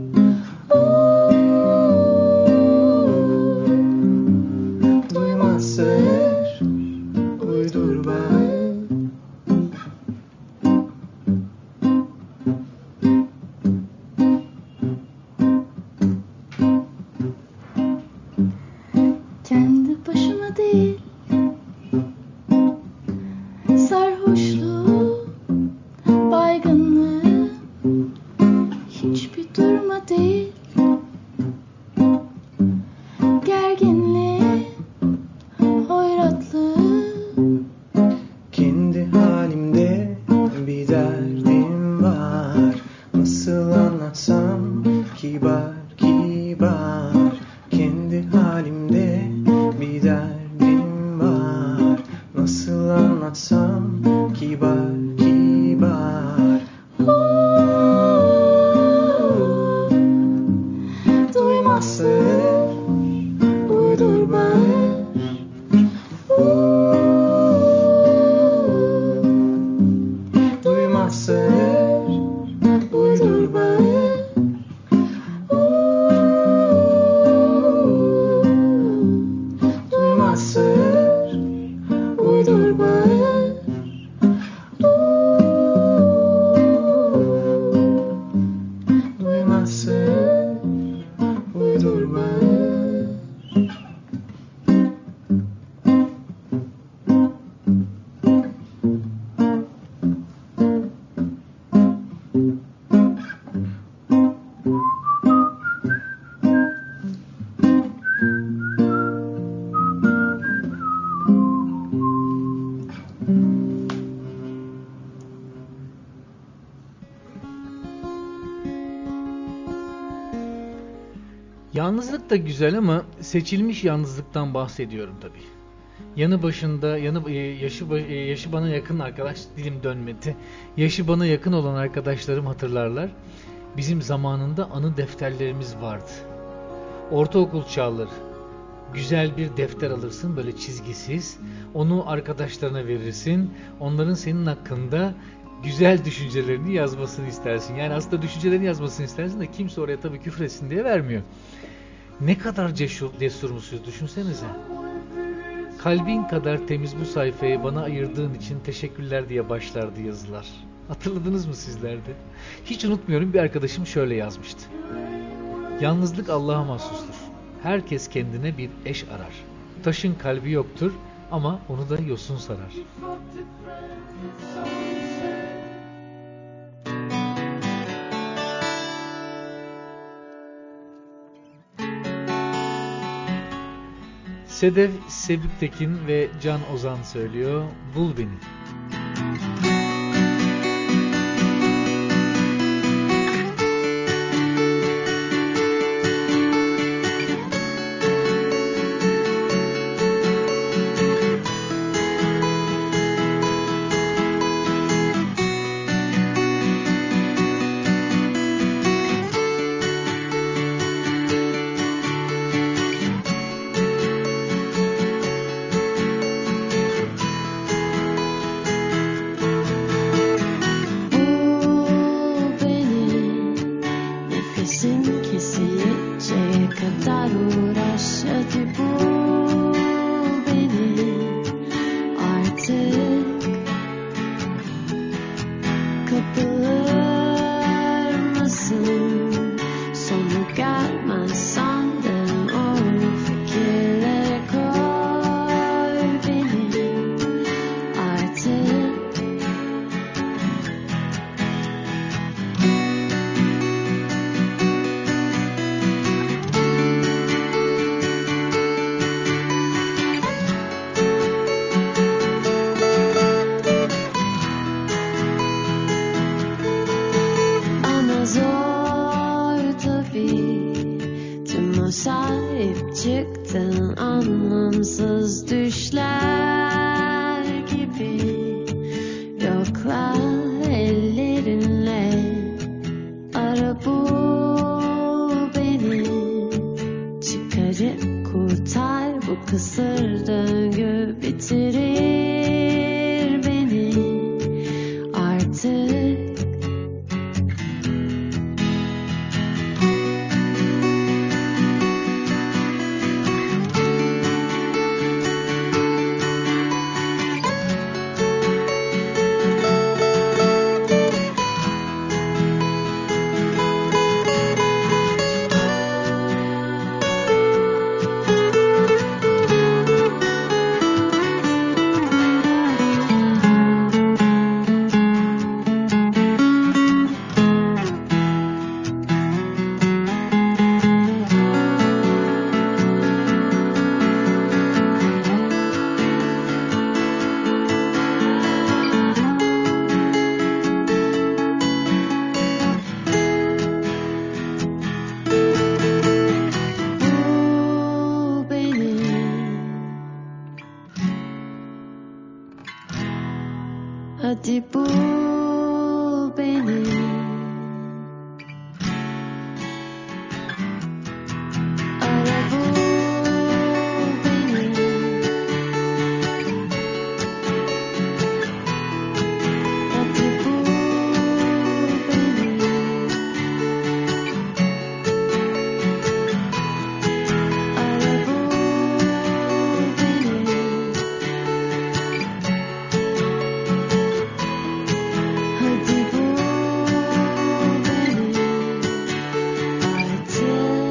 Duymaz sır, uydur bağır. Kendi başıma değil, sarhoşluğu, baygınlığı, hiçbir durma değil, gerginliği, hoyratlığı. Kendi halimde bir derdim var, nasıl anlatsam kibar kibar. Kendi halimde bir derdim var, nasıl anlatsam kibar kibar. Duymaz sır, uydur bağır. Duymaz sır, uydur bağır. Duymaz sır, uydur bağır. Duymaz sır, uydur bağır. Yalnızlık da güzel ama seçilmiş yalnızlıktan bahsediyorum tabii. Yanı başında, yaşı bana yakın arkadaş, dilim dönmedi. Yaşı bana yakın olan arkadaşlarım hatırlarlar. Bizim zamanında anı defterlerimiz vardı. Ortaokul çağları. Güzel bir defter alırsın böyle çizgisiz. Onu arkadaşlarına verirsin. Onların senin hakkında güzel düşüncelerini yazmasını istersin. Yani aslında düşüncelerini yazmasını istersin de kimse oraya tabii küfretsin diye vermiyor. Ne kadar cesurmuşuz düşünsenize. Kalbin kadar temiz bu sayfayı bana ayırdığın için teşekkürler diye başlardı yazılar. Hatırladınız mı sizler de? Hiç unutmuyorum, bir arkadaşım şöyle yazmıştı. Yalnızlık Allah'a mahsustur. Herkes kendine bir eş arar. Taşın kalbi yoktur ama onu da yosun sarar. Sedef Sebüktekin ve Can Ozan söylüyor. Bul beni. Hadi bul beni. Ara bul beni. Hadi bul beni. Ara bul beni. Hadi bul beni artık.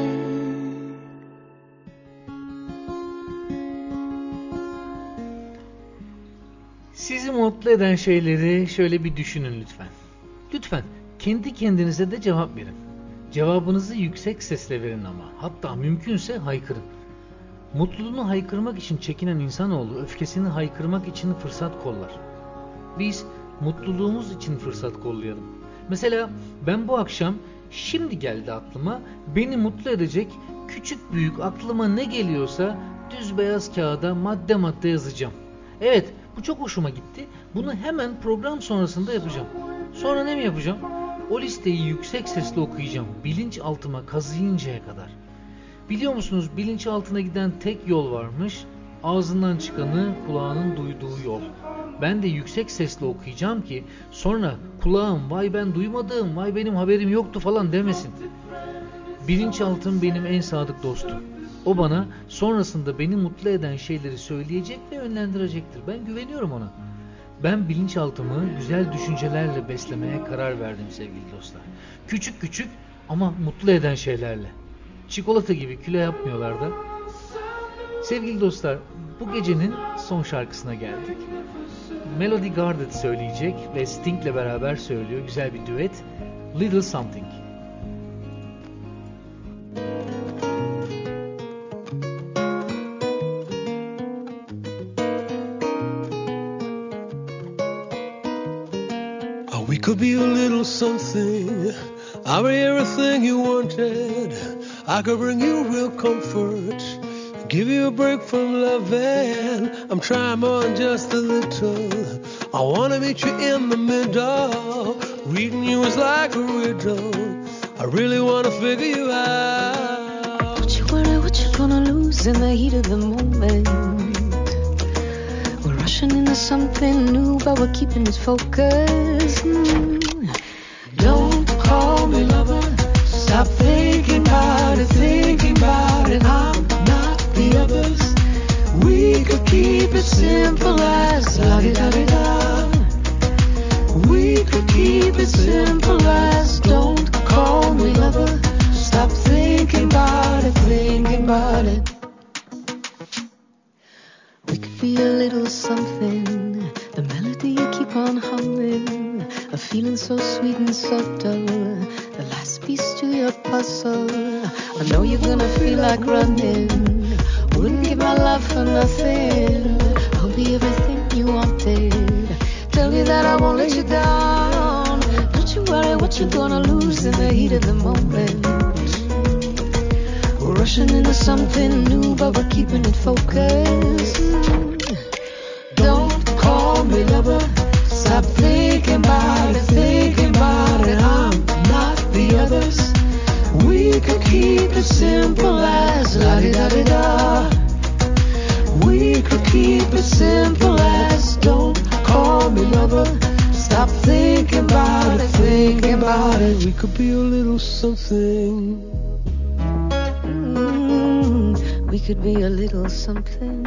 Sizi mutlu eden şeyleri şöyle bir düşünün lütfen. Lütfen kendi kendinize de cevap verin. Cevabınızı yüksek sesle verin ama. Hatta mümkünse haykırın. Mutluluğunu haykırmak için çekinen insanoğlu öfkesini haykırmak için fırsat kollar. Biz mutluluğumuz için fırsat kollayalım. Mesela ben bu akşam şimdi geldi aklıma beni mutlu edecek küçük büyük aklıma ne geliyorsa düz beyaz kağıda madde madde yazacağım. Evet, bu çok hoşuma gitti. Bunu hemen program sonrasında yapacağım. Sonra ne mi yapacağım? O listeyi yüksek sesle okuyacağım, bilinçaltıma kazıyıncaya kadar. Biliyor musunuz, bilinçaltına giden tek yol varmış, ağzından çıkanı kulağının duyduğu yol. Ben de yüksek sesle okuyacağım ki sonra kulağım vay ben duymadım, vay benim haberim yoktu falan demesin. Bilinçaltım benim en sadık dostum. O bana sonrasında beni mutlu eden şeyleri söyleyecek ve yönlendirecektir. Ben güveniyorum ona. Ben bilinçaltımı güzel düşüncelerle beslemeye karar verdim sevgili dostlar. Küçük küçük ama mutlu eden şeylerle. Çikolata gibi kilo yapmıyorlar da. Sevgili dostlar, bu gecenin son şarkısına geldik. Melody Gardot söyleyecek ve Sting'le beraber söylüyor. Güzel bir düet. Little Something. We could be a little something. I'll be everything you wanted. I could bring you real comfort, give you a break from loving. I'm trying more than just a little. I wanna meet you in the middle. Reading you is like a riddle. I really wanna figure you out. Don't you worry what you're gonna lose in the heat of the moment. We're rushing into something new, but we're keeping it focused. Don't call me lover. Stop thinking about it, thinking about it. I'm not the others. We could keep it simple as la-di-da-di-da. We could keep it simple as don't call me lover. Stop thinking about it, thinking about it. We could be a little something, the melody you keep on humming, a feeling so sweet and subtle, the last piece to your puzzle. I know you're gonna feel like running, wouldn't give my love for nothing. I'll be everything you wanted, tell you that I won't let you down. Don't you worry what you're gonna lose in the heat of the moment. We're rushing into something new, but we're keeping it focused. Don't call me lover. Stop thinking about it, thinking about it. I'm not the others. We could keep it simple as la-di-da-di-da. We could keep it simple as don't call me lover. Stop thinking about it, thinking about it. We could be a little something. We could be a little something.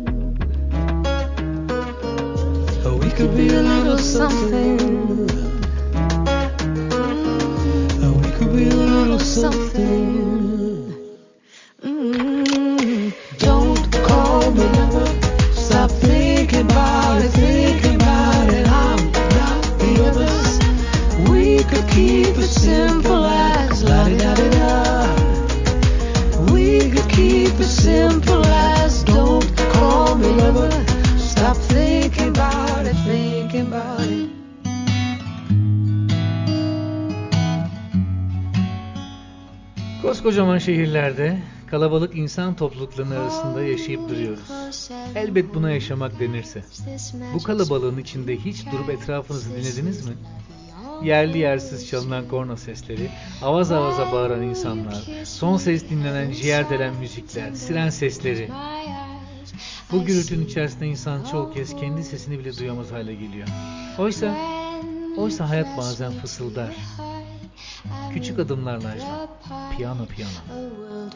We could be a little something. We could be a little something. Don't call me lover. Stop thinking about it, thinking about it. I'm not the others. We could keep it simple as la-di-da-di-da. We could keep it simple as don't call me lover. Stop thinking about it, thinking about it. Koskocaman şehirlerde kalabalık insan topluluklarının arasında yaşayıp duruyoruz. Elbet buna yaşamak denirse. Bu kalabalığın içinde hiç durup etrafınızı dinlediniz mi? Yerli yersiz çalınan korna sesleri, avaz avaza bağıran insanlar, son ses dinlenen ciğer delen müzikler, siren sesleri. Bu gürültünün içerisinde insan çoğu kez kendi sesini bile duyamaz hale geliyor. Oysa hayat bazen fısıldar. Küçük adımlarla ayrılan, piyano piyano.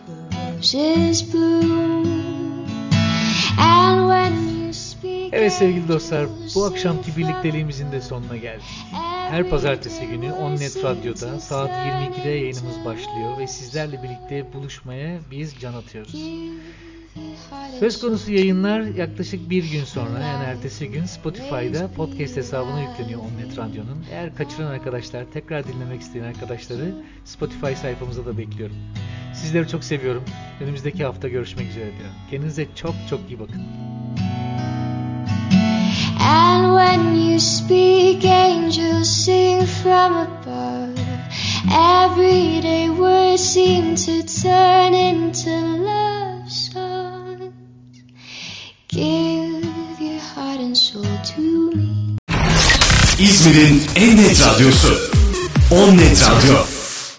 Evet sevgili dostlar, bu akşamki birlikteliğimizin de sonuna geldik. Her pazartesi günü OnNet Radyo'da saat 22'de yayınımız başlıyor ve sizlerle birlikte buluşmaya biz can atıyoruz. Söz konusu yayınlar yaklaşık bir gün sonra, yani ertesi gün Spotify'da podcast hesabına yükleniyor OnNet Radyo'nun. Eğer kaçıran arkadaşlar, tekrar dinlemek isteyen arkadaşları Spotify sayfamıza da bekliyorum. Sizleri çok seviyorum. Önümüzdeki hafta görüşmek üzere diyorum. Kendinize çok çok iyi bakın. And when you speak, angels sing from above. Everyday words seem to turn into love songs. Give your heart and soul to me. İzmir'in en net radyosu On Net Radyo.